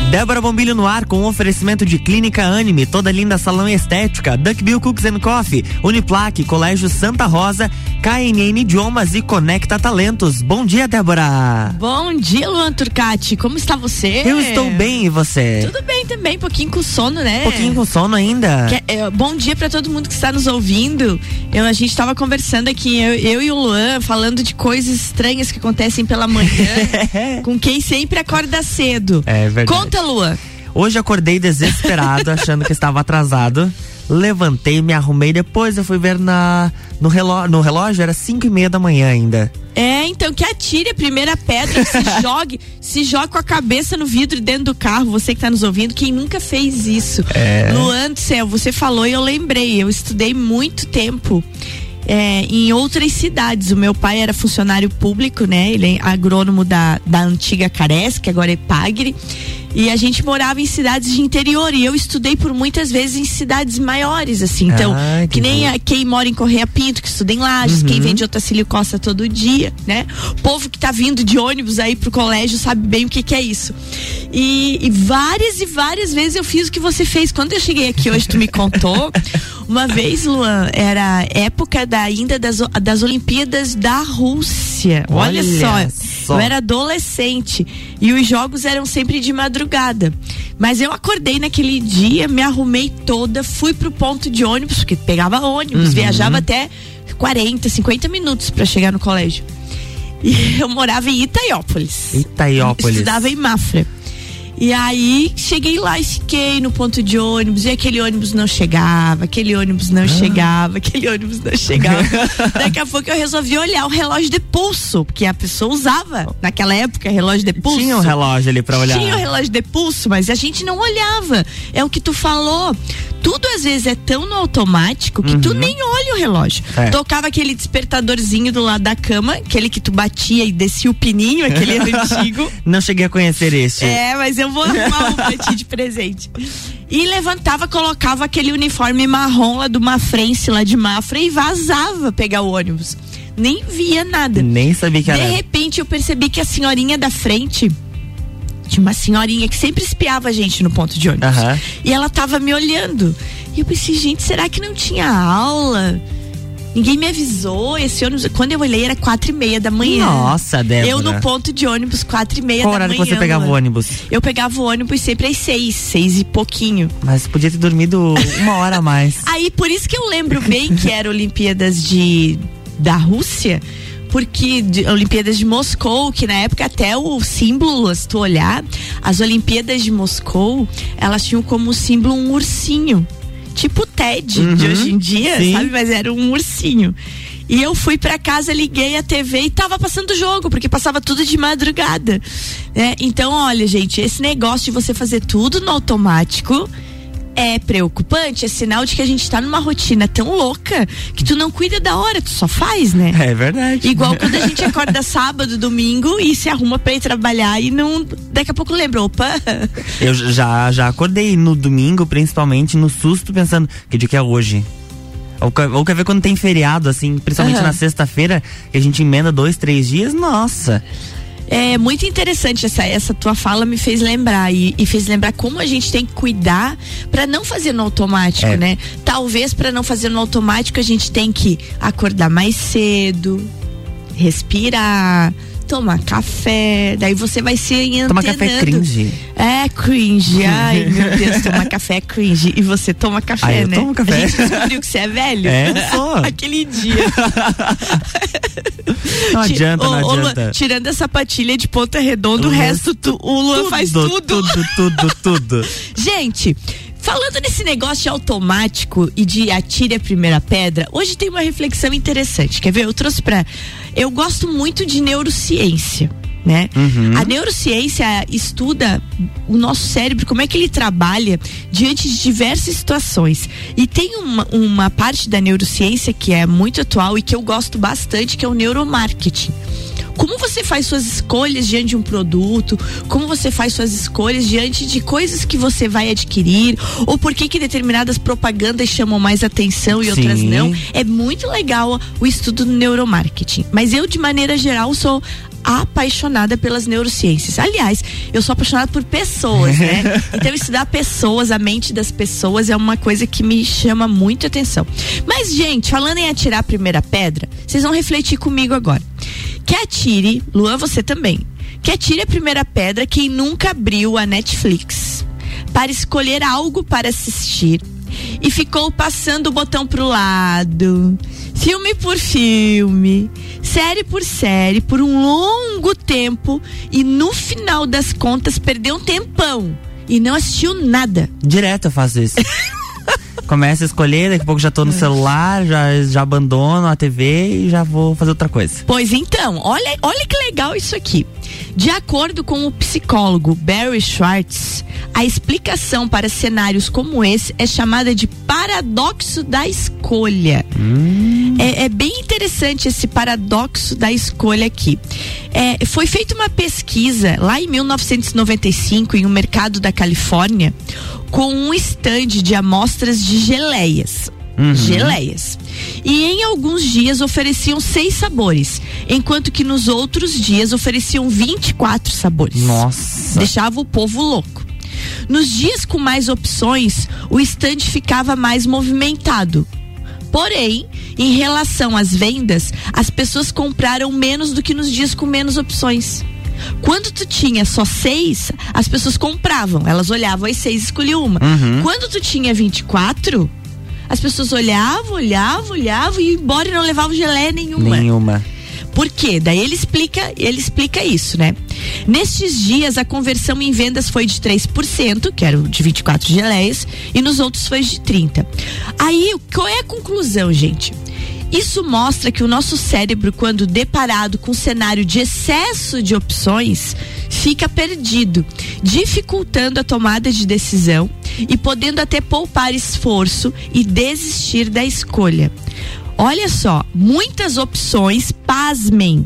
Débora Bombilho no ar com oferecimento de Clínica Anime, Toda Linda Salão e Estética, Duckbill Cooks & Coffee, Uniplaque, Colégio Santa Rosa, KNN Idiomas e Conecta Talentos. Bom dia, Débora. Bom dia, Luan Turcati. Como está você? Eu estou bem, e você? Tudo bem também, pouquinho com sono, né? Pouquinho com sono ainda. Bom dia para todo mundo que está nos ouvindo. A gente estava conversando aqui, eu e o Luan, falando de coisas estranhas que acontecem pela manhã, com quem sempre acorda cedo. É verdade. Conta, Luan. Hoje acordei desesperado, achando que estava atrasado. Levantei, me arrumei, depois eu fui ver no relógio, era 5:30 da manhã ainda. Então que atire a primeira pedra, se jogue com a cabeça no vidro dentro do carro, você que tá nos ouvindo, quem nunca fez isso? Luan do céu, você falou e eu lembrei, eu estudei muito tempo em outras cidades. O meu pai era funcionário público, né? Ele é agrônomo da antiga Caresc, que agora é Pagre. E a gente morava em cidades de interior e eu estudei por muitas vezes em cidades maiores, assim. Então, que nem quem mora em Correia Pinto, que estuda em Lages, quem vem de Otacílio Costa todo dia, né? O povo que tá vindo de ônibus aí pro colégio sabe bem o que é isso. E várias vezes eu fiz o que você fez. Quando eu cheguei aqui hoje, tu me contou. Uma vez, Luan, era época ainda das Olimpíadas da Rússia. Olha só. Eu era adolescente e os jogos eram sempre de madrugada. Mas eu acordei naquele dia, me arrumei toda, fui pro ponto de ônibus, porque pegava ônibus, viajava até 40, 50 minutos pra chegar no colégio. E eu morava em Itaiópolis. Estudava em Mafra. E aí, cheguei lá e fiquei no ponto de ônibus, e aquele ônibus não chegava, Daqui a pouco eu resolvi olhar o relógio de pulso, porque a pessoa usava, naquela época, relógio de pulso. Tinha um relógio ali pra olhar. Tinha um relógio de pulso, mas a gente não olhava. É o que tu falou. Tudo às vezes é tão no automático que tu nem olha o relógo. Tocava aquele despertadorzinho do lado da cama, aquele que tu batia e descia o pininho, aquele antigo. Não cheguei a conhecer esse. Mas eu vou arrumar um pra ti de presente. E levantava, colocava aquele uniforme marrom lá do Mafrense, lá de Mafra, e vazava pegar o ônibus. Nem via nada. Nem sabia que era. De repente eu percebi que a senhorinha da frente, tinha uma senhorinha que sempre espiava a gente no ponto de ônibus. E ela tava me olhando. E eu pensei, gente, será que não tinha aula? Ninguém me avisou. Esse ônibus, quando eu olhei, era 4:30 da manhã. Nossa, Débora. Eu no ponto de ônibus, 4:30 da manhã. Qual horário que você pegava o ônibus? Eu pegava o ônibus sempre às 6 e pouquinho. Mas podia ter dormido uma hora a mais. Aí, por isso que eu lembro bem que era Olimpíadas da Rússia, porque Olimpíadas de Moscou, que na época até o símbolo, se tu olhar, as Olimpíadas de Moscou, elas tinham como símbolo um ursinho. Tipo o TED de hoje em dia, sabe? Mas era um ursinho. E eu fui pra casa, liguei a TV e tava passando o jogo, porque passava tudo de madrugada, né? Então, olha, gente, esse negócio de você fazer tudo no automático é preocupante, é sinal de que a gente tá numa rotina tão louca que tu não cuida da hora, tu só faz, né? É verdade. Igual quando a gente acorda sábado, domingo e se arruma pra ir trabalhar e não, daqui a pouco lembra, opa. Eu já acordei no domingo, principalmente no susto, pensando, que dia que é hoje? Ou quer ver quando tem feriado, assim, principalmente na sexta-feira, que a gente emenda 2, 3 dias, nossa. É muito interessante essa tua fala, me fez lembrar e fez lembrar como a gente tem que cuidar pra não fazer no automático, né? Talvez pra não fazer no automático a gente tem que acordar mais cedo, respirar, tomar café, daí você vai se antenando. Tomar café é cringe. Cringe, ai meu Deus, tomar café é cringe. E você toma café, né? Eu tomo café. A gente descobriu que você é velho. Eu sou. Aquele dia. Não adianta. Tirando essa patilha de Ponta Redonda, o resto o Luan faz tudo. Tudo. Gente, falando nesse negócio de automático e de atire a primeira pedra, hoje tem uma reflexão interessante. Quer ver? Eu gosto muito de neurociência, né? A neurociência estuda o nosso cérebro, como é que ele trabalha diante de diversas situações. E tem uma parte da neurociência que é muito atual e que eu gosto bastante, que é o neuromarketing. como você faz suas escolhas diante de um produto, como você faz suas escolhas diante de coisas que você vai adquirir, ou por que determinadas propagandas chamam mais atenção e outras não. É muito legal o estudo do neuromarketing. Mas eu, de maneira geral, sou apaixonada pelas neurociências. Aliás, eu sou apaixonada por pessoas, né? Então, estudar pessoas, a mente das pessoas é uma coisa que me chama muito atenção. Mas, gente, falando em atirar a primeira pedra, vocês vão refletir comigo agora. Que atire, Luan, você também, que atire a primeira pedra quem nunca abriu a Netflix para escolher algo para assistir e ficou passando o botão pro lado, filme por filme, série por série, por um longo tempo, e no final das contas perdeu um tempão e não assistiu nada. Direto eu faço isso. Começo a escolher, daqui a pouco já tô no celular, já abandono a TV e já vou fazer outra coisa. Pois então, olha que legal isso aqui. De acordo com o psicólogo Barry Schwartz, a explicação para cenários como esse é chamada de paradoxo da escolha. É bem interessante esse paradoxo da escolha aqui. Foi feita uma pesquisa lá em 1995 em um mercado da Califórnia com um estande de amostras de geleias. Geleias. E em alguns dias ofereciam 6 sabores, enquanto que nos outros dias ofereciam 24 sabores. Nossa! Deixava o povo louco. Nos dias com mais opções, o estande ficava mais movimentado. Porém, em relação às vendas, as pessoas compraram menos do que nos dias com menos opções. Quando tu tinha só 6, as pessoas compravam, elas olhavam as 6 e escolhiam uma. Quando tu tinha 24, as pessoas olhavam e iam embora e não levavam geleia nenhuma. Por quê? Daí ele explica isso, né? Nestes dias, a conversão em vendas foi de 3%, que era de 24 geleias, e nos outros foi de 30%. Aí, qual é a conclusão, gente? Isso mostra que o nosso cérebro, quando deparado com um cenário de excesso de opções, fica perdido, dificultando a tomada de decisão e podendo até poupar esforço e desistir da escolha. Olha só, muitas opções, pasmem,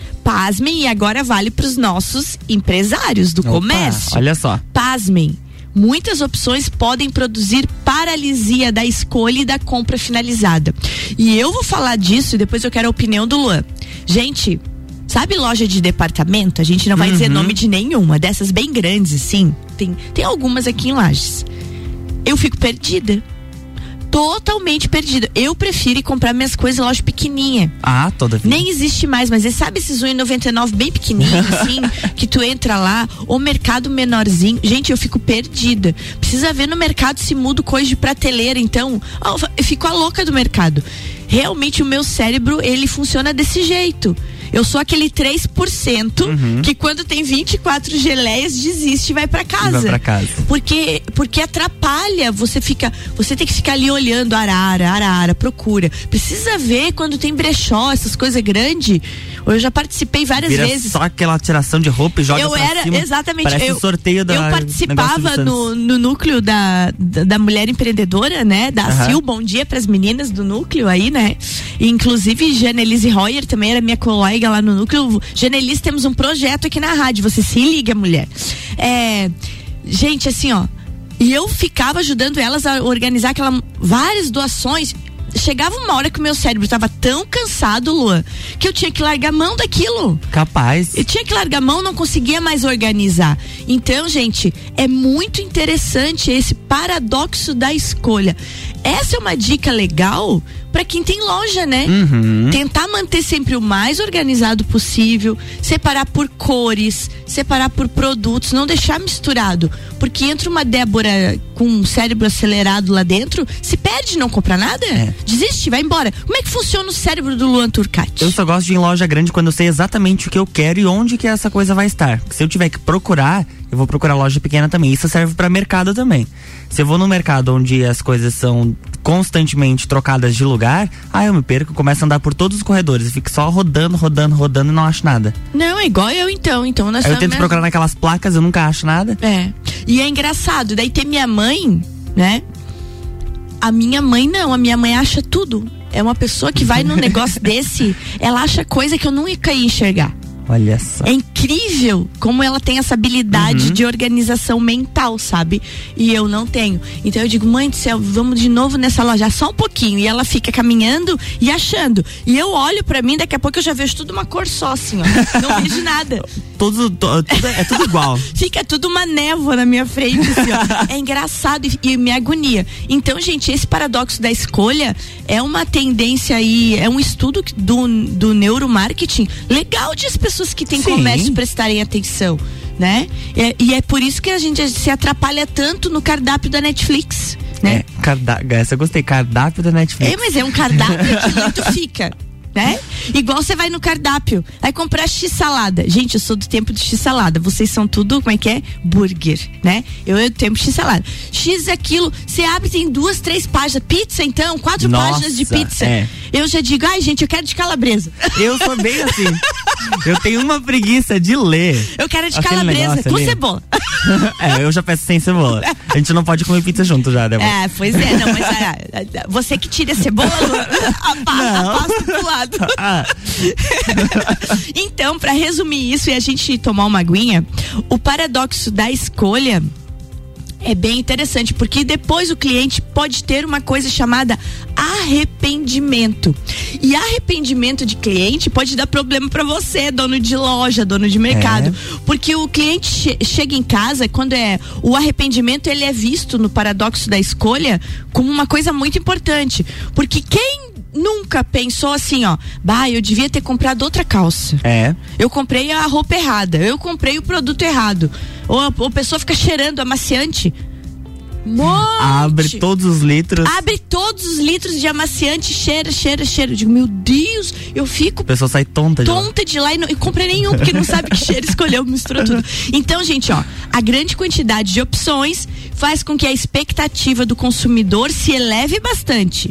e agora vale para os nossos empresários do comércio. Olha só. Pasmem. Muitas opções podem produzir paralisia da escolha e da compra finalizada. E eu vou falar disso e depois eu quero a opinião do Luan. Gente, sabe loja de departamento? A gente não vai dizer nome de nenhuma, dessas bem grandes assim. Tem algumas aqui em Lages. Eu fico perdida. Totalmente perdida. Eu prefiro ir comprar minhas coisas em loja pequenininha. Toda vida. Nem existe mais, mas sabe esses R$1,99 bem pequenininhos assim, que tu entra lá, ou mercado menorzinho. Gente, eu fico perdida. Precisa ver no mercado se muda coisa de prateleira, então, eu fico a louca do mercado. Realmente o meu cérebro, ele funciona desse jeito. Eu sou aquele 3% que quando tem 24 geleias desiste e vai pra casa. Porque atrapalha, você tem que ficar ali olhando, arara, procura. Precisa ver quando tem brechó, essas coisas grandes. Eu já participei várias vezes. Só aquela tiração de roupa e joga pra cima. Exatamente. Parece um sorteio da. Eu participava no núcleo da mulher empreendedora, né? Da Sil, bom dia pras meninas do núcleo aí, né? E, inclusive, Janelise Royer também era minha colega lá no núcleo. Janelise, temos um projeto aqui na rádio, você se liga, mulher. Gente, assim, ó, e eu ficava ajudando elas a organizar várias doações. Chegava uma hora que o meu cérebro estava tão cansado, Luan, que eu tinha que largar a mão daquilo. Capaz. Eu tinha que largar a mão, não conseguia mais organizar. Então, gente, é muito interessante esse paradoxo da escolha. Essa é uma dica legal para quem tem loja, né? Tentar manter sempre o mais organizado possível, separar por cores, separar por produtos, não deixar misturado, porque entra uma Débora com um cérebro acelerado lá dentro, se perde, não compra nada, desiste, vai embora. Como é que funciona o cérebro do Luan Turcati? Eu só gosto de ir em loja grande quando eu sei exatamente o que eu quero e onde que essa coisa vai estar. Se eu tiver que procurar, eu vou procurar loja pequena também. Isso serve para mercado também. Se eu vou no mercado onde as coisas são constantemente trocadas de lugar, eu me perco, começo a andar por todos os corredores e fico só rodando e não acho nada. Não, é igual eu então nós aí eu tento procurar naquelas placas, eu nunca acho nada. E é engraçado, daí tem minha mãe, né? A minha mãe não, a minha mãe acha tudo. É uma pessoa que vai num negócio desse, ela acha coisa que eu nunca ia enxergar. Olha só. É incrível como ela tem essa habilidade de organização mental, sabe? E eu não tenho. Então eu digo, mãe do céu, vamos de novo nessa loja, só um pouquinho. E ela fica caminhando e achando. E eu olho pra mim, daqui a pouco eu já vejo tudo uma cor só, assim, ó. Não vejo nada. É tudo igual. Fica tudo uma névoa na minha frente, assim, ó. É engraçado e me agonia. Então, gente, esse paradoxo da escolha é uma tendência aí, é um estudo do neuromarketing legal de as pessoas que têm comércio prestarem atenção, né? E é por isso que a gente se atrapalha tanto no cardápio da Netflix, né? Essa eu gostei, cardápio da Netflix. Mas é um cardápio que lá tu fica, né? Igual você vai no cardápio, vai comprar x-salada. Gente, eu sou do tempo de x-salada. Vocês são tudo, como é que é? Burger, né? Eu do tempo de x-salada. X é aquilo, você abre, tem 2, 3 páginas. Pizza, então, 4 páginas de pizza. Eu já digo, ai, gente, eu quero de calabresa. Eu sou bem assim. Eu tenho uma preguiça de ler. Eu quero de calabresa com cebola. Eu já peço sem cebola. A gente não pode comer pizza junto já, Débora. Pois é, não, mas você que tira a cebola, a pasta pro lado. Então, pra resumir isso e a gente tomar uma aguinha, o paradoxo da escolha é bem interessante, porque depois o cliente pode ter uma coisa chamada arrependimento. E arrependimento de cliente pode dar problema para você, dono de loja, dono de mercado. Porque o cliente chega em casa, quando o arrependimento, ele é visto no paradoxo da escolha como uma coisa muito importante. Porque quem nunca pensou assim, ó, eu devia ter comprado outra calça. Eu comprei a roupa errada, eu comprei o produto errado. Ou a pessoa fica cheirando amaciante. Abre todos os litros. Abre todos os litros de amaciante, cheira. Eu digo, meu Deus, eu fico. A pessoa sai tonta de lá e comprei nenhum, porque não sabe que cheiro escolheu, misturou tudo. Então, gente, ó, a grande quantidade de opções faz com que a expectativa do consumidor se eleve bastante.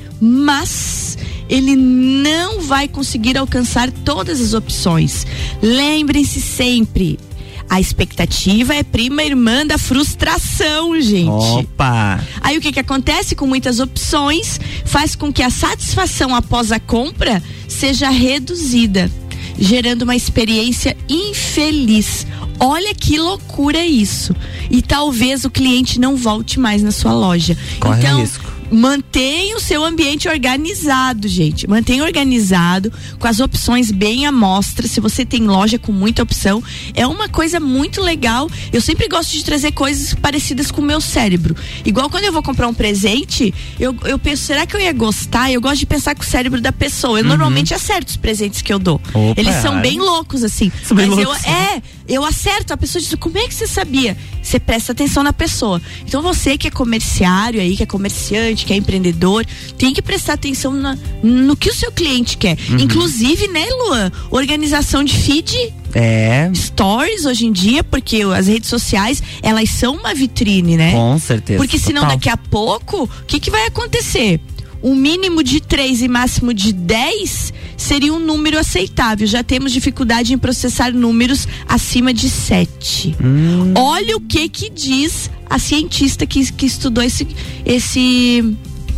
Mas ele não vai conseguir alcançar todas as opções. Lembrem-se sempre, a expectativa é prima irmã da frustração, gente. Opa! Aí o que acontece com muitas opções faz com que a satisfação após a compra seja reduzida, gerando uma experiência infeliz. Olha que loucura isso. E talvez o cliente não volte mais na sua loja. Corre risco. Mantenha o seu ambiente organizado, gente. Mantenha organizado, com as opções bem à mostra. Se você tem loja com muita opção, é uma coisa muito legal. Eu sempre gosto de trazer coisas parecidas com o meu cérebro. Igual quando eu vou comprar um presente, eu penso, será que eu ia gostar? Eu gosto de pensar com o cérebro da pessoa. Eu normalmente acerto os presentes que eu dou. Opa, eles são bem loucos, assim. Mas eu acerto. A pessoa diz, como é que você sabia? Você presta atenção na pessoa. Então você que é comerciário aí, que é comerciante, que é empreendedor, tem que prestar atenção no que o seu cliente quer. Inclusive, né, Luan? Organização de feed. Stories hoje em dia, porque as redes sociais, elas são uma vitrine, né? Com certeza. Porque senão daqui a pouco, o que vai acontecer? Um mínimo de 3 e máximo de 10 seria um número aceitável. Já temos dificuldade em processar números acima de 7. Olha o que diz a cientista que estudou esse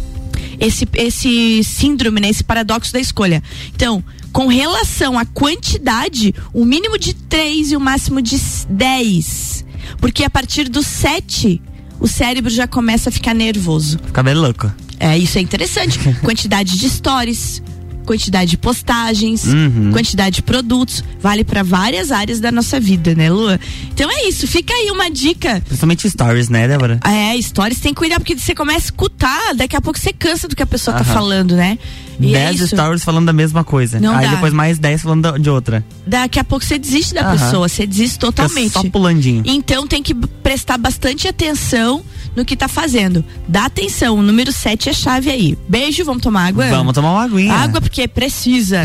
síndrome, né? Esse paradoxo da escolha. Então, com relação à quantidade, o mínimo de 3 e o máximo de 10. Porque a partir do 7, o cérebro já começa a ficar nervoso. Fica bem louco. Isso é interessante. Quantidade de stories, quantidade de postagens, quantidade de produtos, vale para várias áreas da nossa vida, né, Lua? Então é isso, fica aí uma dica. Principalmente stories, né, Débora? Stories tem que cuidar, porque você começa a escutar, daqui a pouco você cansa do que a pessoa tá falando, né? 10 stories falando da mesma coisa. Não aí dá. Depois mais 10 falando de outra. Daqui a pouco você desiste da pessoa, você desiste totalmente. Fica só pulandinho. Então tem que prestar bastante atenção no que tá fazendo. Dá atenção, o número 7 é a chave aí. Beijo, vamos tomar água? Vamos tomar uma aguinha. Água porque precisa.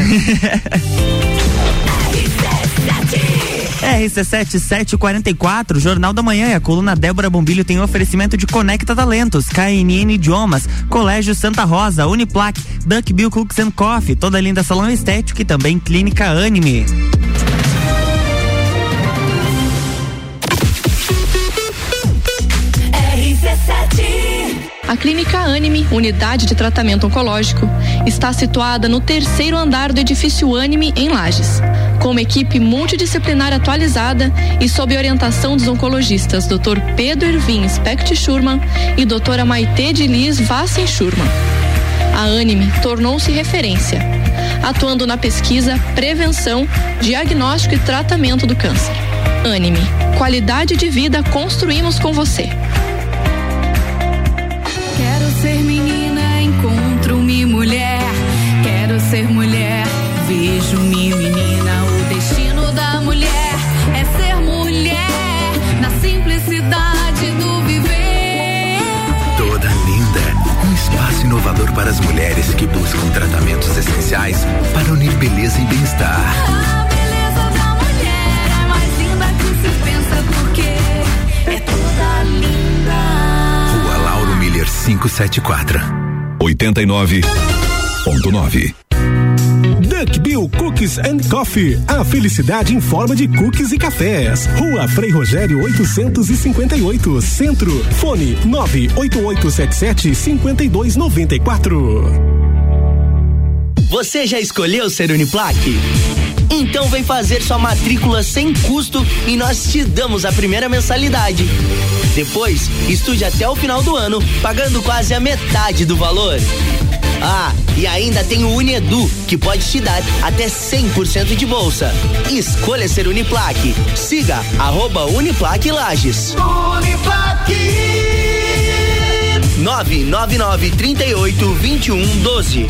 RC7 744, Jornal da Manhã e a coluna Débora Bombilho tem oferecimento de Conecta Talentos, KNN Idiomas, Colégio Santa Rosa, Uniplac, Duckbill Cooks & Coffee, toda linda salão estético e também Clínica Anime. RC7 A Clínica Anime, unidade de tratamento oncológico, está situada no 3º andar do edifício Anime, em Lages. Com uma equipe multidisciplinar atualizada e sob orientação dos oncologistas Dr. Pedro Ervin Specht Schurman e doutora Maite de Liz Vassen Schurman. A Anime tornou-se referência, atuando na pesquisa, prevenção, diagnóstico e tratamento do câncer. Anime, qualidade de vida construímos com você. Quero ser menina, encontro-me mulher. Quero ser mulher, vejo-me menina. O destino da mulher é ser mulher, na simplicidade do viver. Toda linda, um espaço inovador para as mulheres que buscam tratamentos essenciais para unir beleza e bem-estar. A beleza da mulher é mais linda que se pensa, porque é toda linda. Rua Lauro Miller 574 89.9. Duck Bill Cookies and Coffee. A felicidade em forma de cookies e cafés. Rua Frei Rogério 858, Centro. Fone 98877-5294. Você já escolheu ser Uniplaque? Então vem fazer sua matrícula sem custo e nós te damos a primeira mensalidade. Depois, estude até o final do ano, pagando quase a metade do valor. Ah, e ainda tem o Unedu, que pode te dar até 100% de bolsa. Escolha ser Uniplaque. Siga @Uniplaque Lages. Uniplaque 999382112.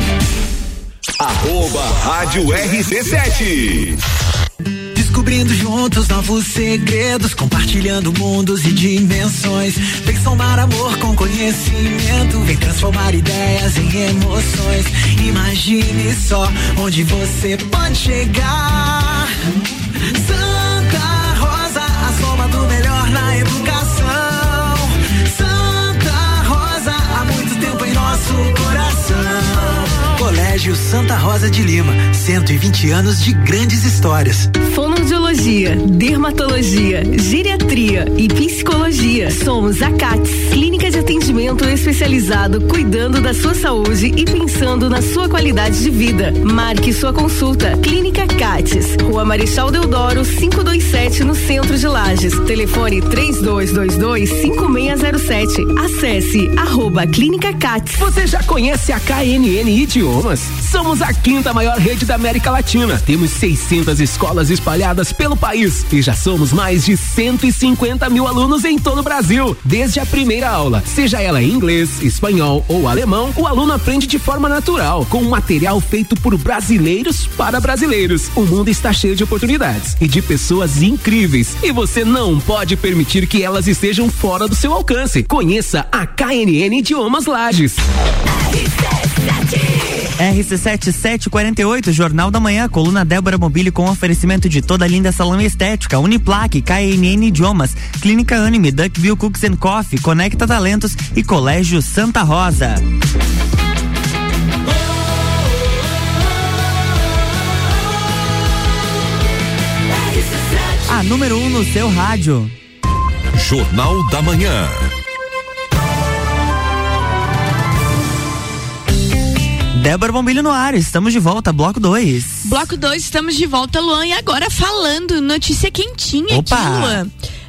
@Rádio RC7. Descobrindo juntos novos segredos, compartilhando mundos e dimensões. Vem somar amor com conhecimento, vem transformar ideias em emoções. Imagine só onde você pode chegar. Santa Rosa, a soma do melhor na educação. Santa Rosa, há muito tempo em nosso coração. Colégio Santa Rosa de Lima, 120 anos de grandes histórias. Fonoaudiologia, dermatologia, geriatria e psicologia. Somos a CATS, clínica de atendimento especializado, cuidando da sua saúde e pensando na sua qualidade de vida. Marque sua consulta. Clínica CATS, Rua Marechal Deodoro 527, no centro de Lages. Telefone 3222-5607. Acesse @Clínica CATS. Você já conhece a KNN Idiomas? Somos a 5ª maior rede da América Latina. Temos 600 escolas espalhadas pelo país e já somos mais de 150 mil alunos em todo o Brasil. Desde a primeira aula, seja ela em inglês, espanhol ou alemão, o aluno aprende de forma natural, com um material feito por brasileiros para brasileiros. O mundo está cheio de oportunidades e de pessoas incríveis, e você não pode permitir que elas estejam fora do seu alcance. Conheça a KNN Idiomas Lages. RC7 748, Jornal da Manhã, coluna Débora Mobílio com oferecimento de Toda Linda Salão e Estética, Uniplaque, KNN Idiomas, Clínica Anime, Duck Bill Cookies and Coffee, Conecta Talentos e Colégio Santa Rosa. A número 1 no seu rádio. Jornal da Manhã. Débora Bombilho no ar, estamos de volta, bloco 2. Bloco 2, estamos de volta, Luan, e agora falando, notícia quentinha. Opa. Aqui, Luan.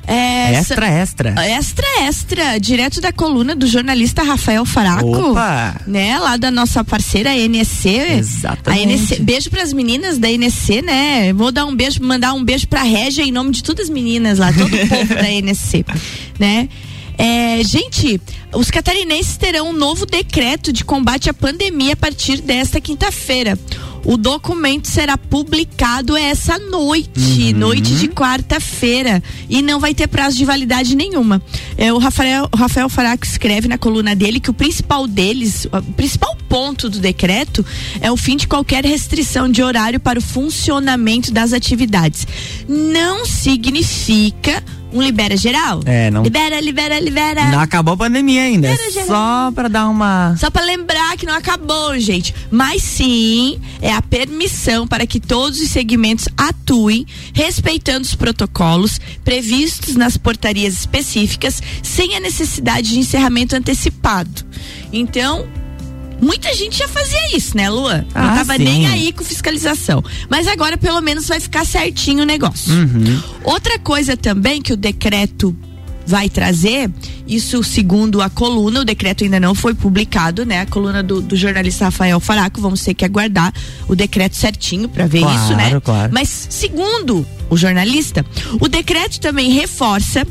Extra, direto da coluna do jornalista Rafael Faraco. Opa. Né, lá da nossa parceira NSC. Exatamente. A NSC, beijo pras meninas da NSC, né? Vou dar um beijo, mandar um beijo pra Régia em nome de todas as meninas lá, todo o povo da NSC, né? Gente, os catarinenses terão um novo decreto de combate à pandemia a partir desta quinta-feira. O documento será publicado essa noite, noite de quarta-feira, e não vai ter prazo de validade nenhuma. O Rafael Faraco escreve na coluna dele que o principal ponto do decreto é o fim de qualquer restrição de horário para o funcionamento das atividades. Não significa um libera geral? Não. Libera. Não acabou a pandemia ainda. Só pra dar uma... Só pra lembrar que não acabou, gente. Mas sim, é a permissão para que todos os segmentos atuem respeitando os protocolos previstos nas portarias específicas, sem a necessidade de encerramento antecipado. Então, muita gente já fazia isso, né, Luan? Não tava nem aí com fiscalização. Mas agora, pelo menos, vai ficar certinho o negócio. Outra coisa também que o decreto vai trazer, isso segundo a coluna, o decreto ainda não foi publicado, né? A coluna do jornalista Rafael Faraco, vamos ter que aguardar o decreto certinho pra ver isso, né? Claro. Mas segundo o jornalista, o decreto também reforça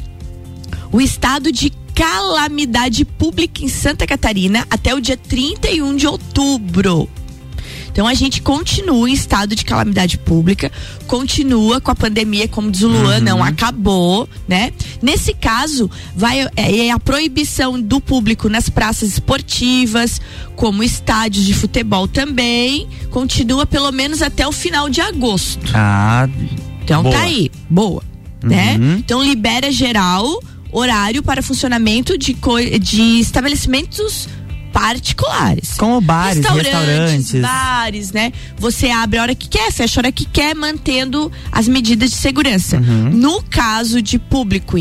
o estado de calamidade pública em Santa Catarina até o dia 31 de outubro. Então a gente continua em estado de calamidade pública, continua com a pandemia, como diz o Luan, não acabou, né? Nesse caso, vai a proibição do público nas praças esportivas, como estádios de futebol também, continua pelo menos até o final de agosto. Então boa. Tá aí, boa, né? Então libera geral horário para funcionamento de estabelecimentos particulares. Como bares, restaurantes. Bares, né? Você abre a hora que quer, fecha a hora que quer, mantendo as medidas de segurança. No caso de público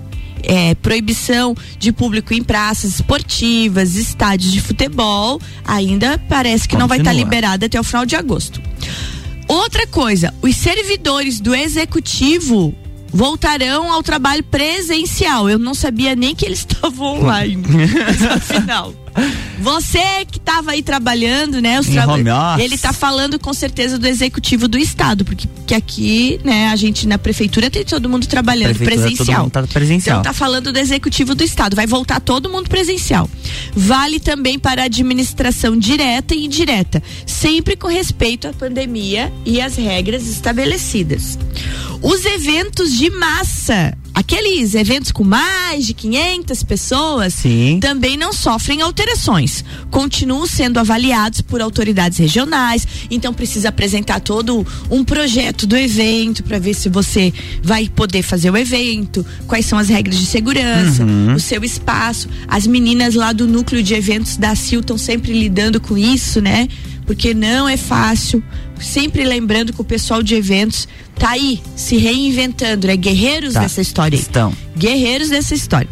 proibição de público em praças esportivas, estádios de futebol, ainda parece que não vai estar liberado até o final de agosto. Outra coisa, os servidores do executivo voltarão ao trabalho presencial. Eu não sabia nem que eles estavam online. Mas afinal, você que estava aí trabalhando, né? Ele está falando com certeza do executivo do estado, porque aqui, né, a gente na prefeitura tem todo mundo trabalhando presencial. Todo mundo tá presencial. Então tá falando do executivo do estado, vai voltar todo mundo presencial. Vale também para a administração direta e indireta, sempre com respeito à pandemia e às regras estabelecidas. Os eventos de massa, aqueles eventos com mais de 500 pessoas, também não sofrem alterações. Continuam sendo avaliados por autoridades regionais, então precisa apresentar todo um projeto do evento para ver se você vai poder fazer o evento, quais são as regras de segurança, o seu espaço. As meninas lá do núcleo de eventos da CIL estão sempre lidando com isso, né? Porque não é fácil. Sempre lembrando que o pessoal de eventos tá aí se reinventando, né? Guerreiros dessa história aí. Guerreiros dessa história.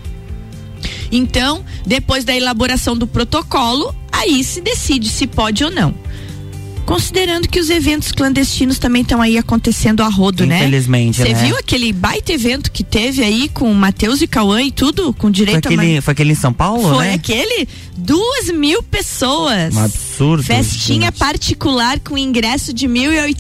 Então, depois da elaboração do protocolo, aí se decide se pode ou não. Considerando que os eventos clandestinos também estão aí acontecendo a rodo, né? Infelizmente, Você viu aquele baita evento que teve aí com o Matheus e Cauã e tudo, com direito Foi aquele em São Paulo, Foi né? aquele 2.000 pessoas. Um absurdo. Festinha particular com ingresso de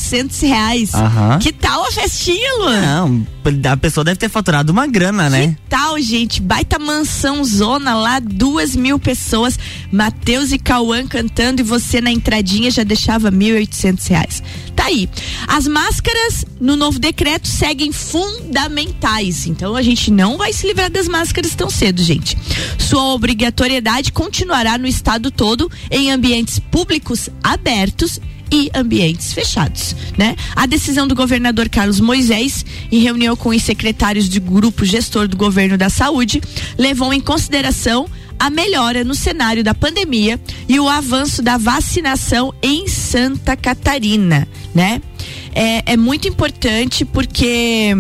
R$1.800. Que tal a festinha, Luan? Não, a pessoa deve ter faturado uma grana, né? Que tal, gente? Baita mansão zona lá, 2.000 pessoas, Matheus e Cauã cantando e você na entradinha já deixava R$1.800. Tá aí. As máscaras no novo decreto seguem fundamentais, então a gente não vai se livrar das máscaras tão cedo, gente. Sua obrigatoriedade continuará no estado todo em ambientes públicos abertos e ambientes fechados, né? A decisão do governador Carlos Moisés, em reunião com os secretários do grupo gestor do governo da saúde, levou em consideração a melhora no cenário da pandemia e o avanço da vacinação em Santa Catarina, né? É muito importante porque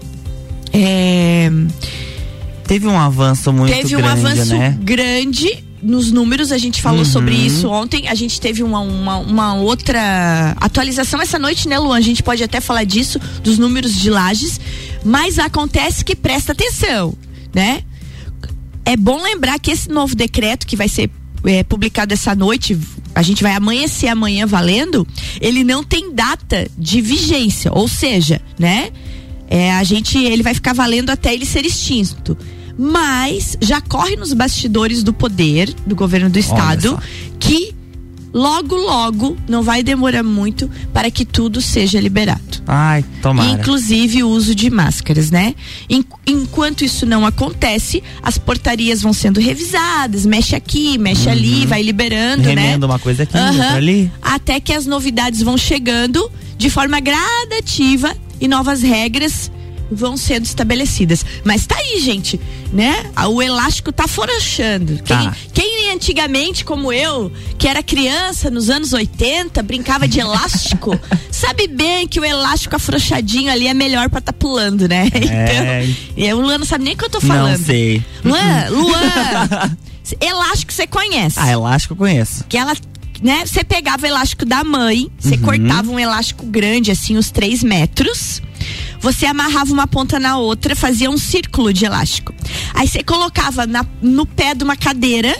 teve um avanço muito grande, teve um avanço né? grande nos números, a gente falou sobre isso ontem, a gente teve uma outra atualização essa noite, né, Luan? A gente pode até falar disso, dos números de Lages, mas acontece que presta atenção, né? É bom lembrar que esse novo decreto que vai ser publicado essa noite, a gente vai amanhecer amanhã valendo, ele não tem data de vigência, ou seja, né? Ele vai ficar valendo até ele ser extinto. Mas já corre nos bastidores do poder do governo do estado que logo não vai demorar muito para que tudo seja liberado. Ai, tomara. Inclusive o uso de máscaras, né? Enquanto isso não acontece, as portarias vão sendo revisadas, mexe aqui, mexe ali, vai liberando, né? Remendo uma coisa aqui, outra ali. Até que as novidades vão chegando de forma gradativa e novas regras vão sendo estabelecidas. Mas tá aí, gente, né? O elástico tá afrouxando. Quem antigamente, como eu, que era criança nos anos 80, brincava de elástico, sabe bem que o elástico afrouxadinho ali é melhor pra tá pulando, né? Então, o Luan não sabe nem o que eu tô falando. Não sei. Luan, elástico você conhece. Elástico eu conheço. Que ela, né, você pegava o elástico da mãe, você cortava um elástico grande, assim, uns 3 metros, você amarrava uma ponta na outra, fazia um círculo de elástico. Aí você colocava no pé de uma cadeira,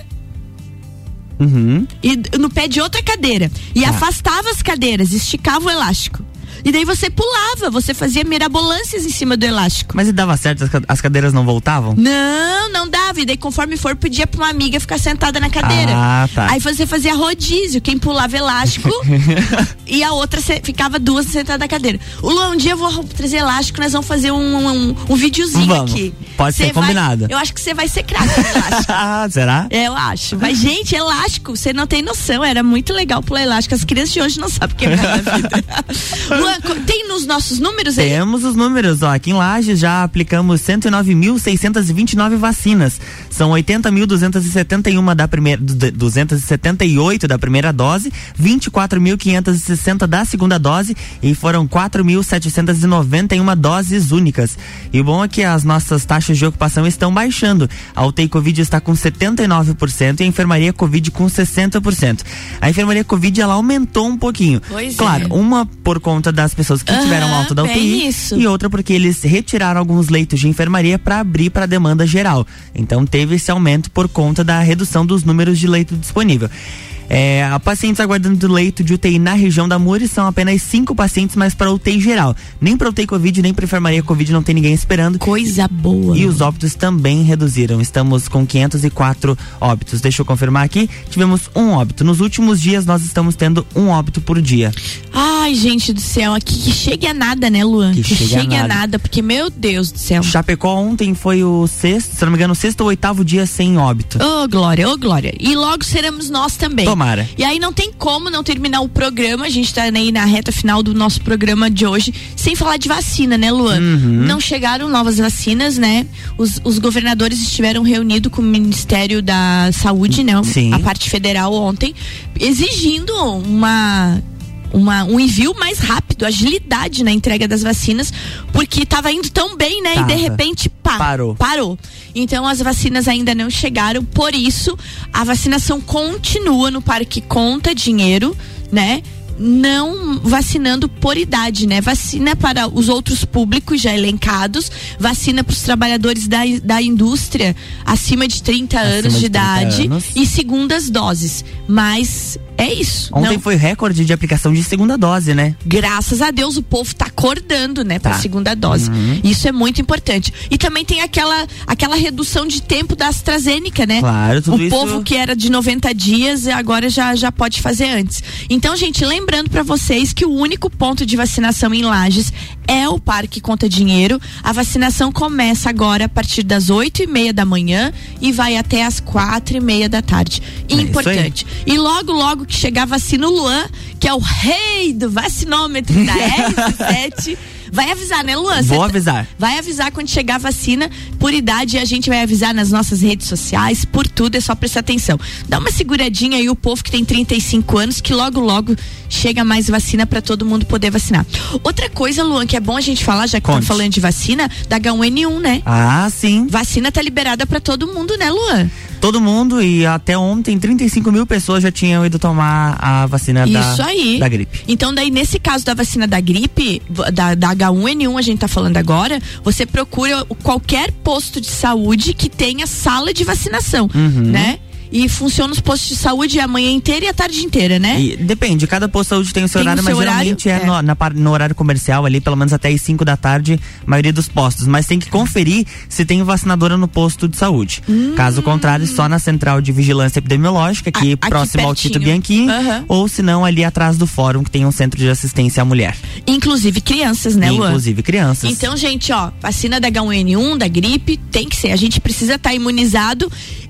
e no pé de outra cadeira, e afastava as cadeiras, esticava o elástico. E daí você pulava, você fazia mirabolâncias em cima do elástico. Mas e dava certo? As cadeiras não voltavam? Não dava. E daí conforme for, pedia pra uma amiga ficar sentada na cadeira. Tá. Aí você fazia rodízio, quem pulava elástico e a outra ficava 2 sentadas na cadeira. O Luan, um dia eu vou trazer elástico, nós vamos fazer um videozinho aqui. Pode ser combinado. Eu acho que você vai ser craque no elástico. Será? Eu acho. Mas, gente, elástico, você não tem noção. Era muito legal pular elástico. As crianças de hoje não sabem o que é na vida. Luan, tem nos nossos números aí? Temos os números, aqui em Lages já aplicamos 109.629 vacinas. São 80.271 da primeira, 278 da primeira dose, 24.560 da segunda dose e foram 4.791 doses únicas. E o bom é que as nossas taxas de ocupação estão baixando. A UTI Covid está com 79% e a enfermaria Covid com 60%. A enfermaria Covid, ela aumentou um pouquinho. Claro, uma por conta das pessoas que tiveram alta da UTI e outra porque eles retiraram alguns leitos de enfermaria para abrir para a demanda geral. Então teve esse aumento por conta da redução dos números de leito disponível. Pacientes aguardando leito de UTI na região da Muri são apenas 5 pacientes, mas para UTI geral. Nem para UTI Covid, nem para enfermaria Covid não tem ninguém esperando. Coisa boa. E os óbitos também reduziram. Estamos com 504 óbitos. Deixa eu confirmar aqui. Tivemos um óbito. Nos últimos dias nós estamos tendo um óbito por dia. Ai, gente do céu, aqui que chegue a nada, né, Luan? Que chegue a nada, porque, meu Deus do céu. Chapecó ontem foi o sexto, se não me engano, o 6º ou 8º dia sem óbito. Ô, glória, ô, glória. E logo seremos nós também. Tomara. E aí não tem como não terminar o programa, a gente tá aí na reta final do nosso programa de hoje, sem falar de vacina, né, Luan? Não chegaram novas vacinas, né? Os governadores estiveram reunidos com o Ministério da Saúde, né? Sim. A parte federal ontem, exigindo um envio mais rápido, agilidade na entrega das vacinas, porque estava indo tão bem, né? E de repente, parou. Então as vacinas ainda não chegaram, por isso a vacinação continua no Parque Conta Dinheiro, né? Não vacinando por idade, né? Vacina para os outros públicos já elencados, vacina para os trabalhadores da indústria acima de 30 anos de idade e segundas doses. Mas é isso. Ontem foi recorde de aplicação de segunda dose, né? Graças a Deus o povo tá acordando, né? Pra segunda dose. Isso é muito importante. E também tem aquela redução de tempo da AstraZeneca, né? Claro, tudo o isso. O povo que era de 90 dias agora já pode fazer antes. Então, gente, lembrando pra vocês que o único ponto de vacinação em Lages é o Parque Conta Dinheiro. A vacinação começa agora a partir das 8:30 da manhã e vai até as 4:30 da tarde. Importante. E logo que chegar a vacina, o Luan, que é o rei do vacinômetro da RC7, vai avisar, né, Luan? Vou avisar. Vai avisar quando chegar a vacina por idade, e a gente vai avisar nas nossas redes sociais, por tudo, é só prestar atenção. Dá uma seguradinha aí, o povo que tem 35 anos, que logo chega mais vacina pra todo mundo poder vacinar. Outra coisa, Luan, que é bom a gente falar, já que estamos falando de vacina, da H1N1, né? Ah, sim. Vacina tá liberada pra todo mundo, né, Luan? Todo mundo, e até ontem 35 mil pessoas já tinham ido tomar a vacina da gripe. Então daí nesse caso da vacina da gripe, da H1N1 a gente tá falando agora, você procura qualquer posto de saúde que tenha sala de vacinação, né? E funciona os postos de saúde a manhã inteira e a tarde inteira, né? E depende, cada posto de saúde tem o seu horário, mas geralmente no horário comercial ali, pelo menos até as 5 da tarde, a maioria dos postos. Mas tem que conferir se tem vacinadora no posto de saúde. Caso contrário, só na central de vigilância epidemiológica, aqui próximo ao Tito Bianchini, ou se não ali atrás do fórum, que tem um centro de assistência à mulher. Inclusive crianças, né, Luan? Inclusive crianças. Então, gente, vacina da H1N1, da gripe, tem que ser. A gente precisa estar imunizado.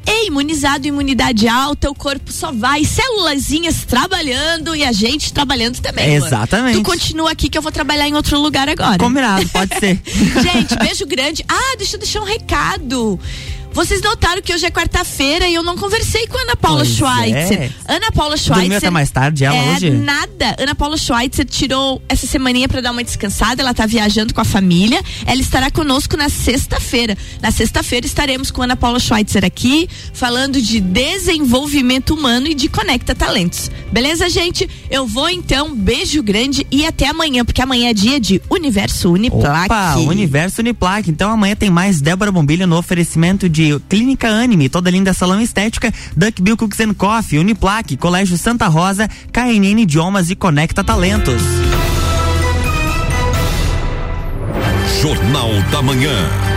E imunizado, imunidade alta, o corpo só vai, célulazinhas trabalhando e a gente trabalhando também. Exatamente. Tu continua aqui que eu vou trabalhar em outro lugar agora. Combinado, pode ser. Gente, beijo grande. Deixa eu deixar um recado. Vocês notaram que hoje é quarta-feira e eu não conversei com a Ana Paula Schweitzer. Ana Paula Schweitzer. Dormiu até mais tarde ela hoje? Nada. Ana Paula Schweitzer tirou essa semaninha pra dar uma descansada. Ela tá viajando com a família. Ela estará conosco na sexta-feira. Na sexta-feira estaremos com a Ana Paula Schweitzer aqui, falando de desenvolvimento humano e de Conecta Talentos. Beleza, gente? Eu vou então, beijo grande e até amanhã, porque amanhã é dia de Universo Uniplaque. Opa, Universo Uniplaque. Então amanhã tem mais Débora Bombilho no oferecimento de Clínica Anime, toda linda salão estética, Duck Bill Cooks and Coffee, Uniplaque, Colégio Santa Rosa, KNN Idiomas e Conecta Talentos. Jornal da Manhã.